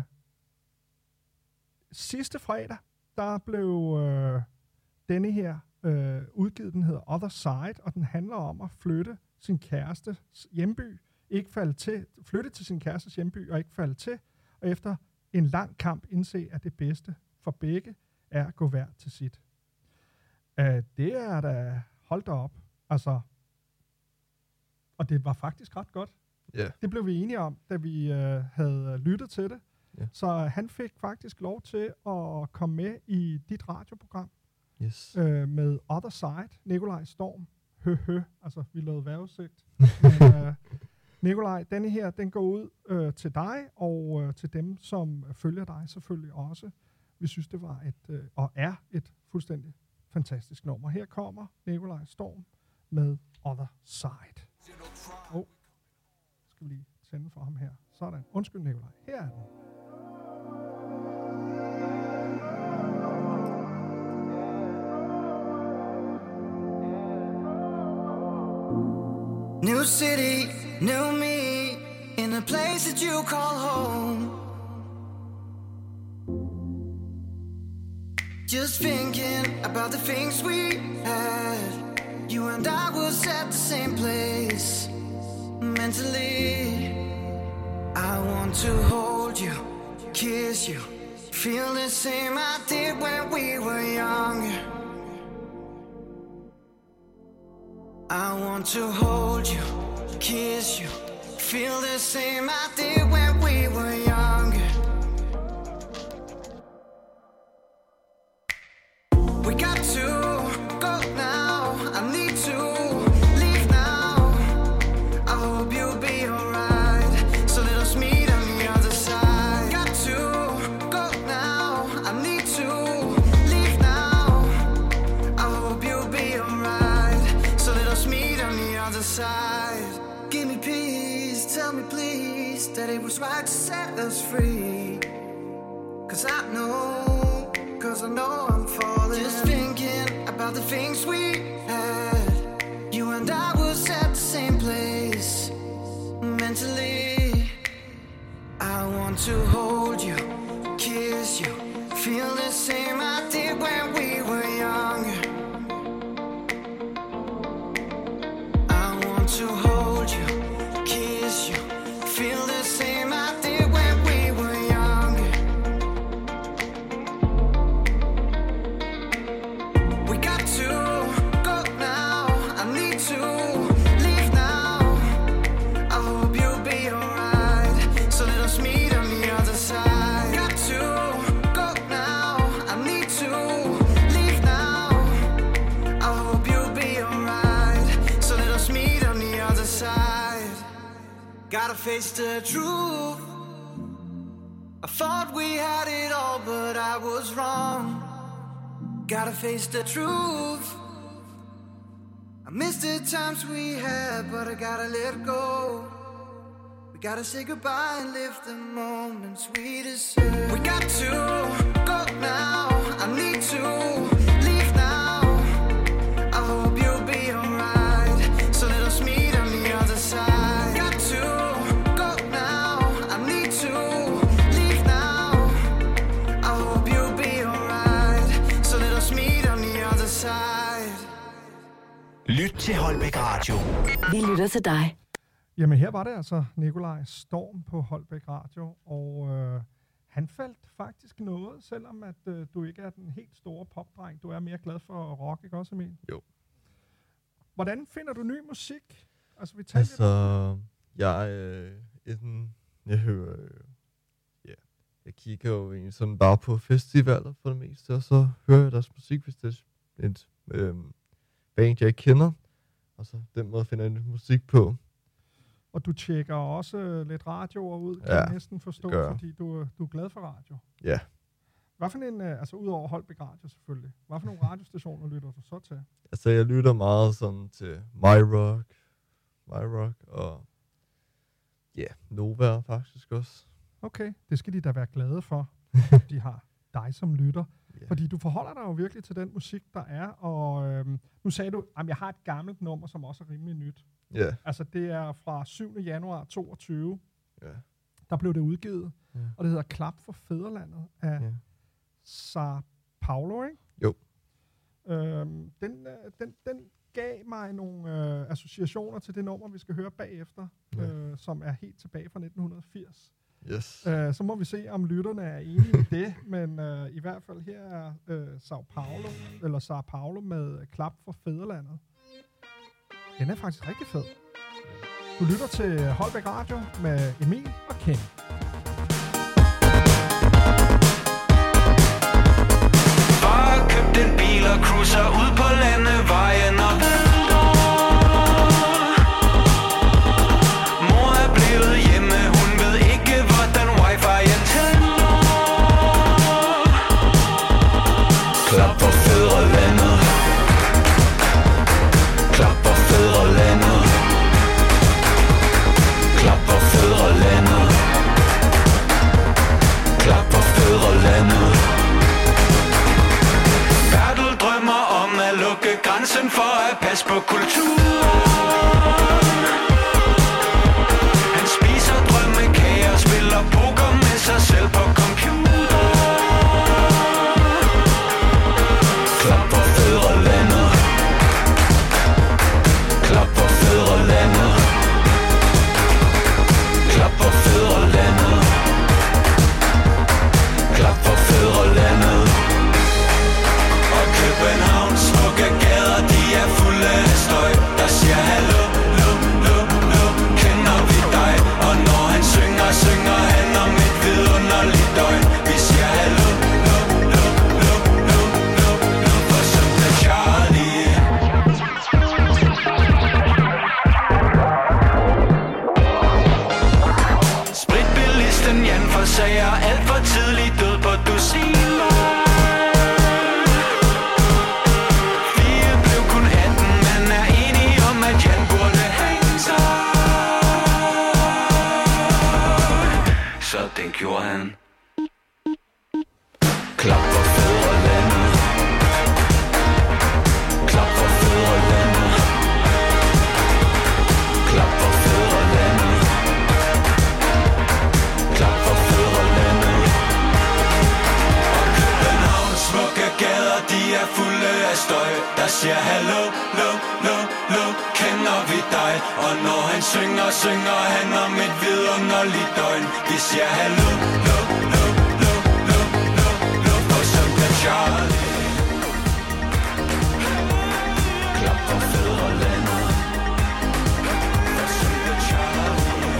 sidste fredag, der blev øh, denne her øh, udgivet, den hedder Other Side, og den handler om at flytte sin kærestes hjemby, ikke falde til, flytte til sin kærestes hjemby og ikke falde til, og efter en lang kamp indse, at det bedste for begge er at gå hver til sit. Uh, det er da holdt op. Altså, og det var faktisk ret godt. Yeah. Det blev vi enige om, da vi uh, havde lyttet til det. Yeah. Så han fik faktisk lov til at komme med i dit radioprogram. Yes. Uh, med Other Side, Nikolaj Storm. Hø, hø. Altså, vi lavede vejrudsigt. Men, uh, Nikolaj, denne her, den går ud øh, til dig, og øh, til dem, som følger dig selvfølgelig også. Vi synes, det var et, øh, og er et fuldstændig fantastisk nummer. Her kommer Nikolaj Storm med Other Side. Åh, oh. Skal vi lige tænde for ham her. Sådan. Undskyld, Nikolaj. Her er den. New city, new me, in a place that you call home. Just thinking about the things we had. You and I was at the same place. Mentally, I want to hold you, kiss you, feel the same I did when we were younger. I want to hold you, kiss you, feel the same I did when we were younger. We got to go now, I need to leave now. I hope you'll be alright, so let us meet on the other side. Got to go now, I need to leave now. I hope you'll be alright, so let us meet on the other side. Give me peace, tell me please that it was right to set us free. Cause I know, cause I know I'm falling. Just thinking about the things we had. You and I was at the same place. Mentally, I want to hold you, kiss you, feel the same I did when we were younger. I want to hold you, kiss you, feel the same I did when we were younger. We got to go now, I need to leave now. I hope you'll be alright, so let us meet on the other side. Got to go now, I need to leave now. I hope you'll be alright, so let us meet on the other side. Gotta face the truth. I thought we had it all, but I was wrong. Gotta face the truth. I miss the times we had, but I gotta let go. We gotta say goodbye and live the moments we deserve. We got to go now, I need to leave now. I hope you'll be alright, so let us meet on the other side. Got to go now, I need to leave now. I hope you'll be alright, so let us meet on the other side. Lyt til Holbæk Radio. Vi lytter til dig. Jamen her var det altså Nikolaj Storm på Holbæk Radio, og øh, han faldt faktisk noget, selvom at øh, du ikke er den helt store popdreng. Du er mere glad for rock, ikke også, Emil? Jo. Hvordan finder du ny musik? Altså, vi taler Altså, jeg, øh, enten, jeg hører, øh, ja, jeg kigger jo egentlig sådan bare på festivaler for det meste, og så hører jeg deres musik, hvis det er et øh, band, jeg ikke kender. og så den måde finder jeg nyt musik på. Og du tjekker også lidt radioer ud, kan Ja, jeg næsten forstå, det gør jeg. fordi du, du er glad for radio. Ja. Hvad for en, øh, altså udover Holbæk Radio selvfølgelig, hvad for nogle radiostationer lytter du så til? Altså, jeg lytter meget sådan til My Rock, My Rock og ja, yeah, Nova faktisk også. Okay, det skal de da være glade for, de har dig som lytter. Yeah. Fordi du forholder dig jo virkelig til den musik, der er, og øhm, nu sagde du, at jeg har et gammelt nummer, som også er rimelig nyt. Ja. Yeah. Altså, det er fra syvende januar toogtyve. Ja. Yeah. Der blev det udgivet, Yeah. og det hedder Klap for Fædrelandet af Yeah. Sao Paulo, ikke? Jo. Øhm, den, øh, den, den gav mig nogle øh, associationer til det nummer, vi skal høre bagefter, Ja. øh, som er helt tilbage fra nitten firs. Yes. Øh, så må vi se, om lytterne er enige i det, men øh, i hvert fald her er øh, Sao Paulo, eller Sao Paulo med Klap for Fædrelandet. Den er faktisk rigtig fed. Du lytter til Holbæk Radio med Emil og Ken. Far købte en bil og cruiser ud på landevejen og mor er blevet hjemme, hun ved ikke hvordan wifi'en tænder. Klap for fædrelandet, klap for fædrelandet, klap for fædrelandet, klap for fædrelandet. Bertel drømmer om at lukke grænsen for at passe på kulturen. Han spiser drømmekager og spiller poker med sig selv på computer. Klap for fædrelandet, klap for fædrelandet, klap for fædrelandet, klap for fædrelandet. Københavns smukke gader, de er fulde af støj. Der siger hallo, lo, lo, lo, kender vi dig? Og når han synger, synger han om et vidunderligt døgn. Vi siger hallo, lo, lo, lo, lo, lo, lo, for søndag Charlie. Spritbilisten Jan forsager alt for tidligt død på dusin. Den gjorde han. Klap for fædrelandet, klap for fædrelandet, klap for fædrelandet, klap for fædrelandet. Og Københavns smukke gader, de er fulde af støj. Der siger hallo, lo, lo, lo, kender vi dig? Og når han synger, synger han om et vidunderligt døgn. Vi siger hallo, lo, lo, lo, lo, lo, lo, for søndag Charlie. Klap for fædrelandet, for søndag Charlie.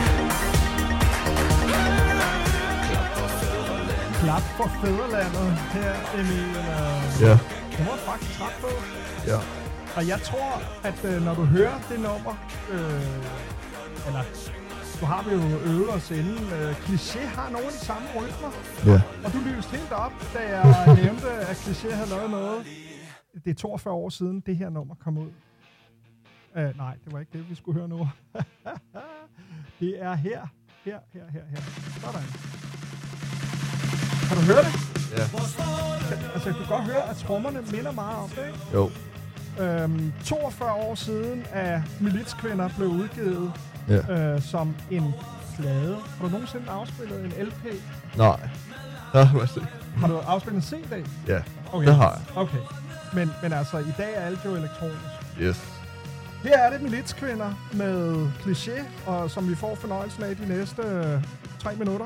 Klap for fædrelandet. Klap for Fædrelandet her, Emil. Øh, Ja. Det var faktisk ret på. Ja. Og jeg tror, at øh, når du hører det nummer, øh, eller du har vi jo øvet os inden, øh, Kliché har nogle af de samme rytmer. Ja. Og du lyste helt op, da jeg nævnte, at Kliché havde lavet noget. Det er toogfyrre år siden, det her nummer kom ud. Uh, nej, det var ikke det, vi skulle høre nu. Det er her, her, her, her, her. Sådan. Kan du høre det? Ja. Altså, jeg kunne godt høre, at trommerne minder meget om det, ikke? Jo. Øhm, toogfyrre år siden, at Militskvinder blev udgivet Ja. øh, som en plade. Har du nogensinde afspillet en L P? Nej. Ja, hvad Har du afspillet en C D? Ja, okay. det har jeg. Okay. Men, men altså, i dag er alt jo elektronisk. Yes. Her er det Militskvinder med Kliché, og som vi får fornøjelsen af de næste øh, tre minutter.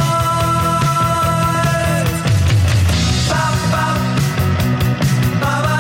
Baba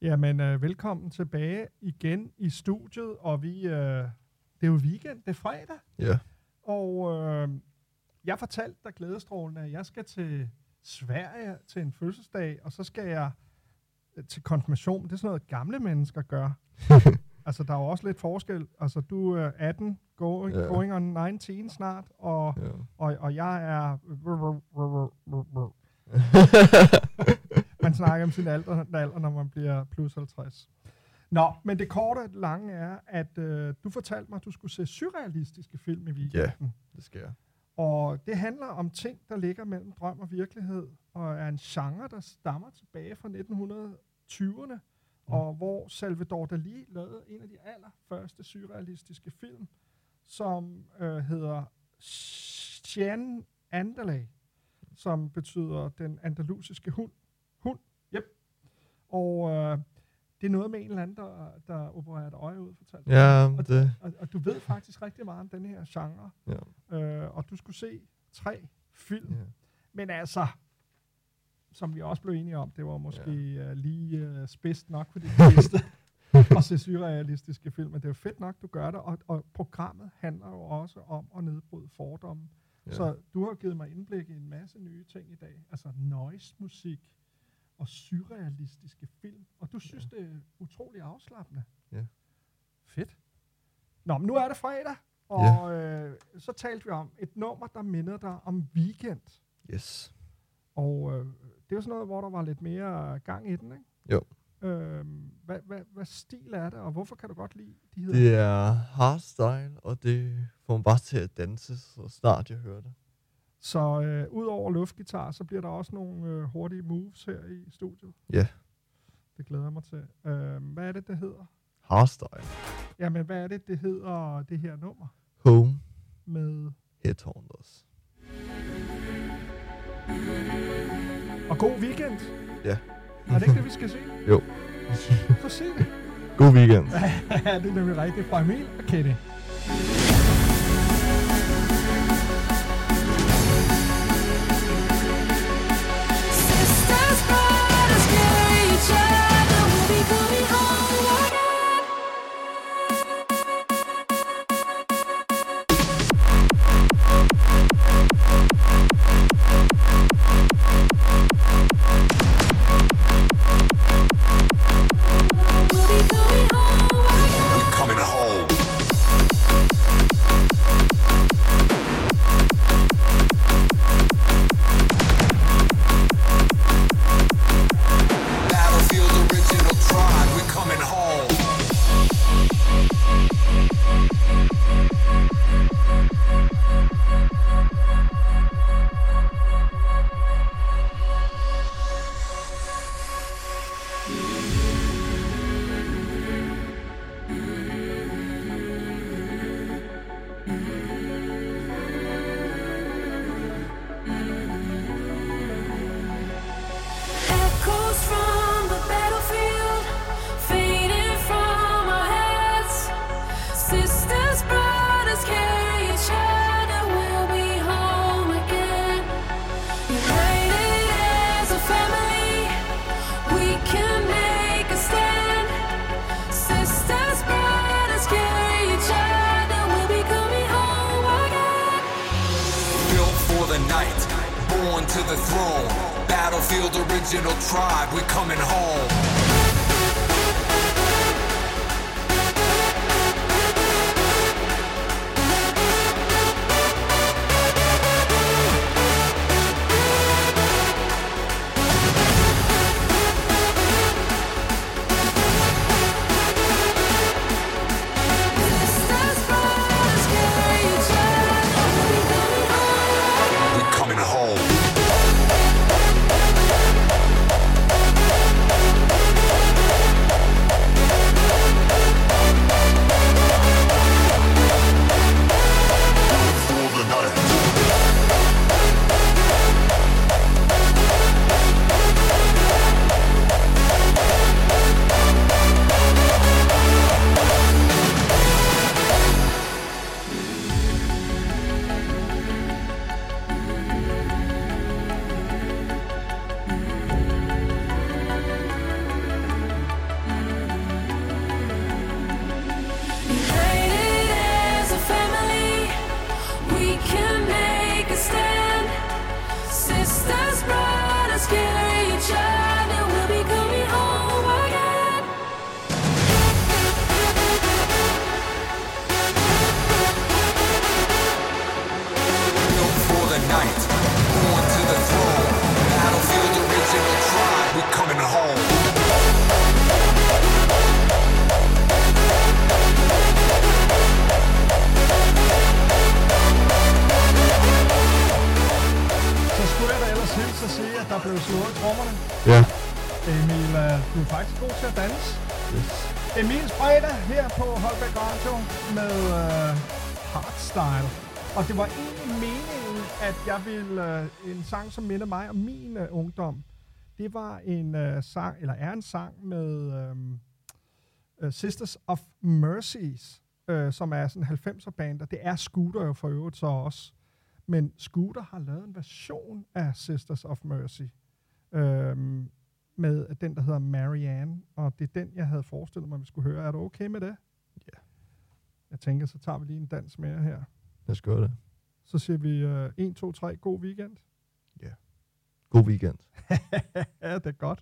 Jamen, øh, velkommen tilbage igen i studiet, og vi, øh, det er jo weekend, det er fredag. Ja. Og øh, jeg fortalte dig glædestrålende, at jeg skal til Sverige til en fødselsdag, og så skal jeg øh, til konfirmation. Det er sådan noget, gamle mennesker gør. Altså, der er jo også lidt forskel. Altså, du er atten, going, Ja. going on nitten snart, og, Ja. og, og jeg er... Man snakker om sin alder, alder, når man bliver plus halvtreds. Nå, men det korte og det lange er, at øh, du fortalte mig, at du skulle se surrealistiske film i weekenden. Ja, det skal jeg. Og det handler om ting, der ligger mellem drøm og virkelighed, og er en genre, der stammer tilbage fra nitten tyverne, mm. og hvor Salvador Dalí lavede en af de allerførste surrealistiske film, som øh, hedder Chien Andalé, som betyder den andalusiske hund. Hund, yep. Og øh, det er noget med en eller anden, der, der opererer et øje ud, fortalte Ja, og, det... og, og du ved faktisk rigtig meget om den her genre. Ja. Øh, og du skulle se tre film. Ja. Men altså, som vi også blev enige om, det var måske ja. uh, lige uh, spidst nok for de fleste at se surrealistiske film. Men det er jo fedt nok, du gør det. Og, og programmet handler jo også om at nedbryde fordomme. Ja. Så du har givet mig indblik i en masse nye ting i dag. Altså noise-musik og surrealistiske film. Og du synes, ja. det er utrolig afslappende. Ja. Fedt. Nå, men nu er det fredag, og ja. øh, så talte vi om et nummer, der minder dig om weekend. Yes. Og øh, det er jo sådan noget, hvor der var lidt mere gang i den, ikke? Jo. Øh, hvad, hvad, hvad stil er det, og hvorfor kan du godt lide de her? Det er hardstyle, og det får mig bare til at danse, så snart jeg hører det. Så øh, ud over luftgitar, så bliver der også nogle øh, hurtige moves her i studiet. Ja. Det glæder jeg mig til. Øh, hvad er det, det hedder? Hardstyle. Jamen, hvad er det, det hedder, det her nummer? Home. Med? Headhunters. Og god weekend. Ja. Er det ikke det, vi skal se? Jo. Så sig det. God weekend. Ja, det er nemlig rigtigt fra Emil og Kenny. Sisters, brothers, carry each other. We'll be coming home again. We'll be coming home again. We're coming home. Battlefield original tribe, we're coming home. Echoes from the battlefield, fading from our heads. Sisters, brothers, carry each other. We'll be home again. United as a family, we can make a stand. Sisters, brothers, carry each other. We'll be coming home again. Built for the night, born to the throne. Battlefield original tribe, we're coming home. Sisters, brothers, carry each other. We'll be coming home. We're coming home. du er faktisk god til at danse. Yes. Emil Spreda her på Holbæk Radio med uh, Hardstyle. Og det var egentlig meningen, at jeg ville uh, en sang, som minder mig om min uh, ungdom. Det var en uh, sang, eller er en sang med um, uh, Sisters of Mercies, uh, som er sådan en halvfemser band, og det er Scooter jo for øvrigt så også. Men Scooter har lavet en version af Sisters of Mercy, øhm, med den, der hedder Marianne, og det er den, jeg havde forestillet mig, vi skulle høre. Er du okay med det? Ja. Yeah. Jeg tænker, så tager vi lige en dans mere her. Lad os gøre det. Så siger vi uh, en, to, tre, god weekend. Ja. Yeah. God weekend. Ja, det er godt.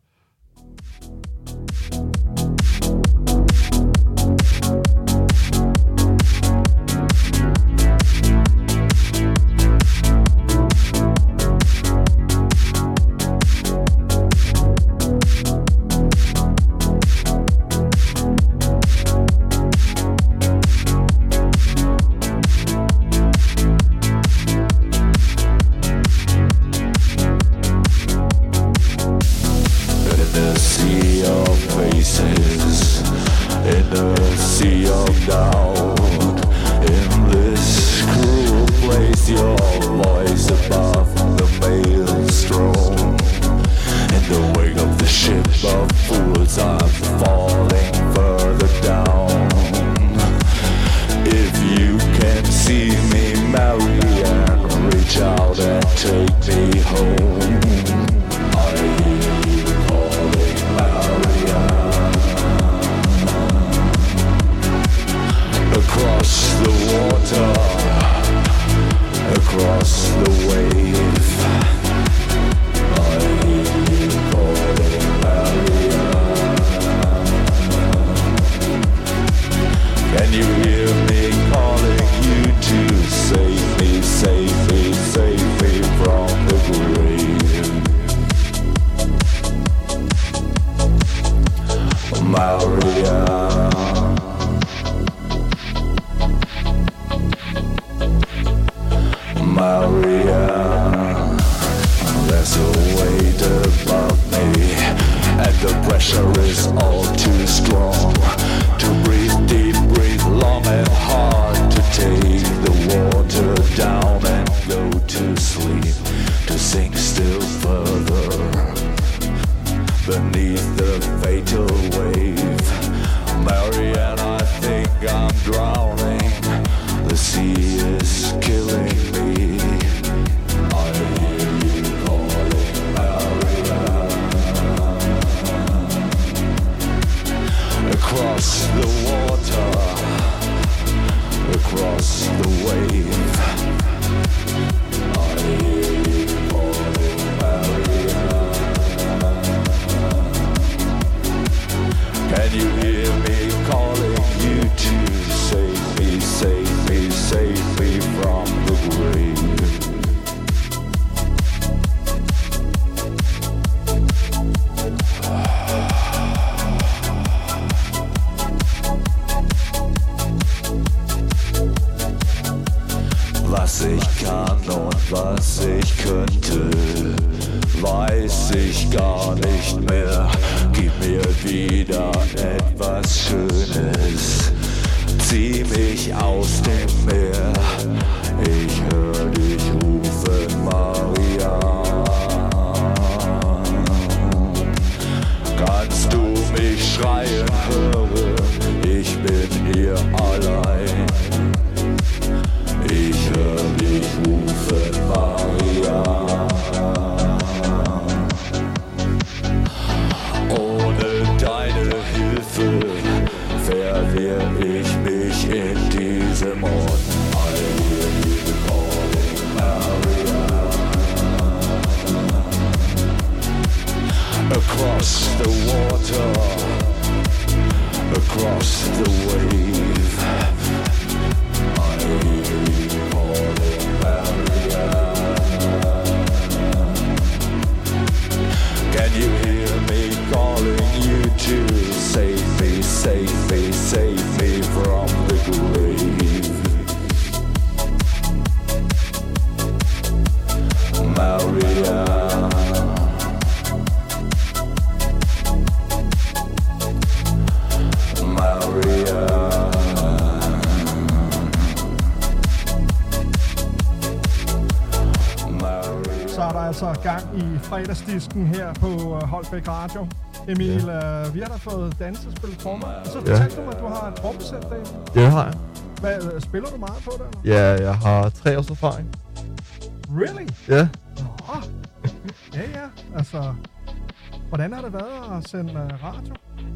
altså gang i fredagsdisken her på uh, Holbæk Radio. Emil, ja. uh, vi har da fået danset og spillet trommer. Så fortalte ja. du mig, at du har et trommesæt derinde. Det har jeg. Hvad, spiller du meget på det, eller? Ja, jeg har tre års erfaring. Really? Ja. Nå. Ja, ja. Altså, hvordan har det været at sende uh, radio?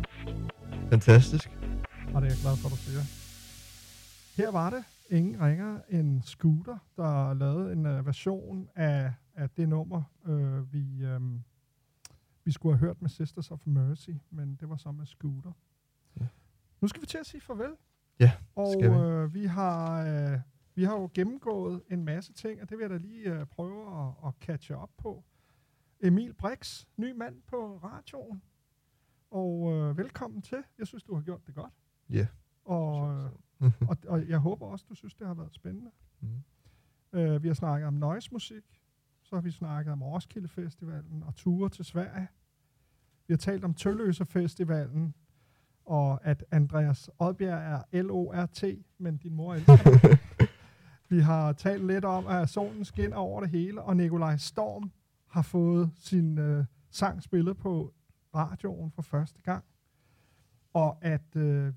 Fantastisk. Og det er jeg glad for, at du siger. Her var det ingen ringer end Scooter, der lavede en uh, version af, af det nummer, uh, vi, um, vi skulle have hørt med Sisters of Mercy, men det var så med Scooter. Ja. Nu skal vi til at sige farvel. Ja, og skal vi. Uh, vi, har, uh, vi har jo gennemgået en masse ting, og det vil jeg da lige uh, prøve at, at catche op på. Emil Brix, ny mand på radioen. Og uh, velkommen til. Jeg synes, du har gjort det godt. Ja. Yeah. Og, og, og jeg håber også, du synes, det har været spændende. Mm. Uh, vi har snakket om noise-musik. Så har vi snakket om Roskilde Festivalen og ture til Sverige. Vi har talt om Tølløse Festivalen. Og at Andreas Odbjerg er L O R T, men din mor elsker. Vi har talt lidt om, at solen skinner over det hele, og Nikolaj Storm har fået sin uh, sang spillet på radioen for første gang. Og at uh,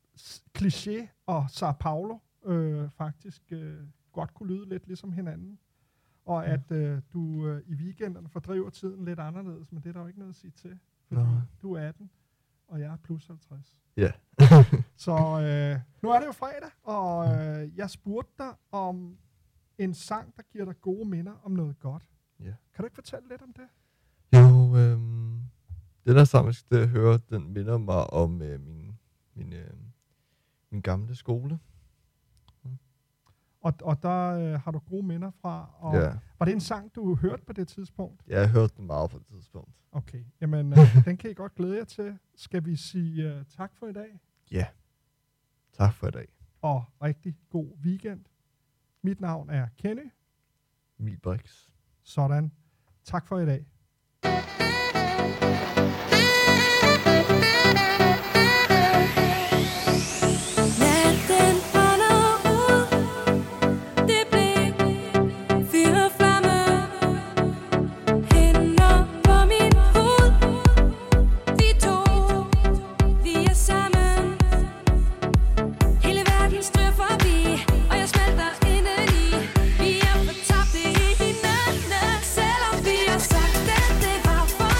Cliché og Sao Paulo øh, faktisk øh, godt kunne lyde lidt ligesom hinanden. Og ja. at øh, du øh, i weekenderne fordriver tiden lidt anderledes, men det er der jo ikke noget at sige til. Fordi Nå. du er atten, og jeg er plus halvtreds. Ja. Så øh, nu er det jo fredag, og øh, jeg spurgte dig om en sang, der giver dig gode minder om noget godt. Ja. Kan du ikke fortælle lidt om det? Jo, øhm, den der sang, jeg hører, den minder mig om øh, min, min, øh, min gamle skole. Mm. Og, og der øh, har du gode minder fra. Og ja. Var det en sang, du hørte på det tidspunkt? Ja, jeg hørte den meget på det tidspunkt. Okay, jamen øh, den kan I godt glæde jer til. Skal vi sige uh, tak for i dag? Ja, tak for i dag. Og rigtig god weekend. Mit navn er Kenny. Emil Brix. Sådan. Tak for i dag. Sagt, at det var for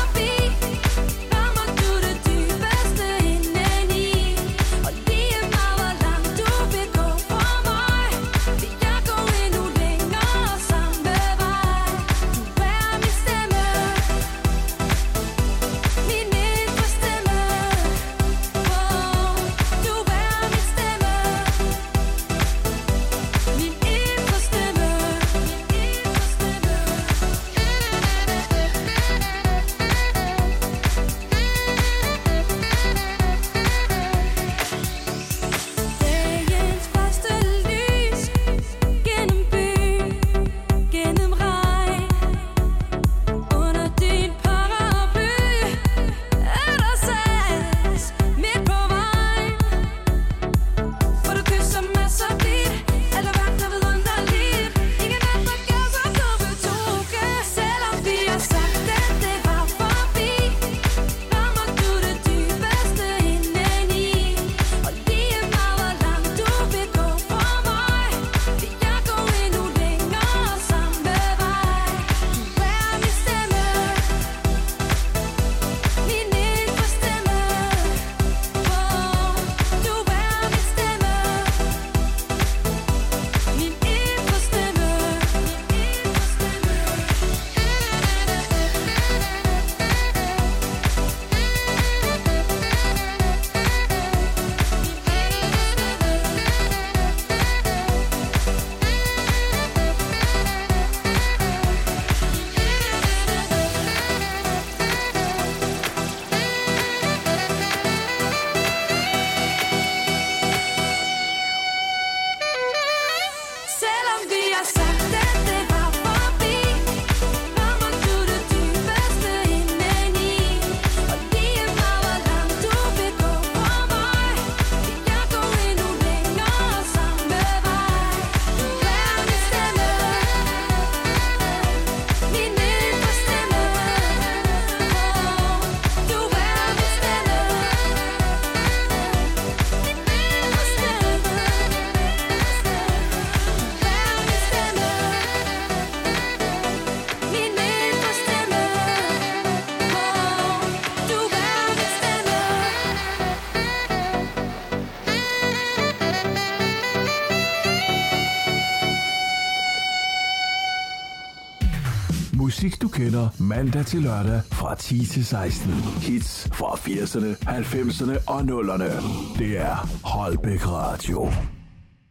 Musik du kender mandag til lørdag fra ti til seksten. Hits fra firserne, halvfemserne og nullerne. Det er Holbæk Radio.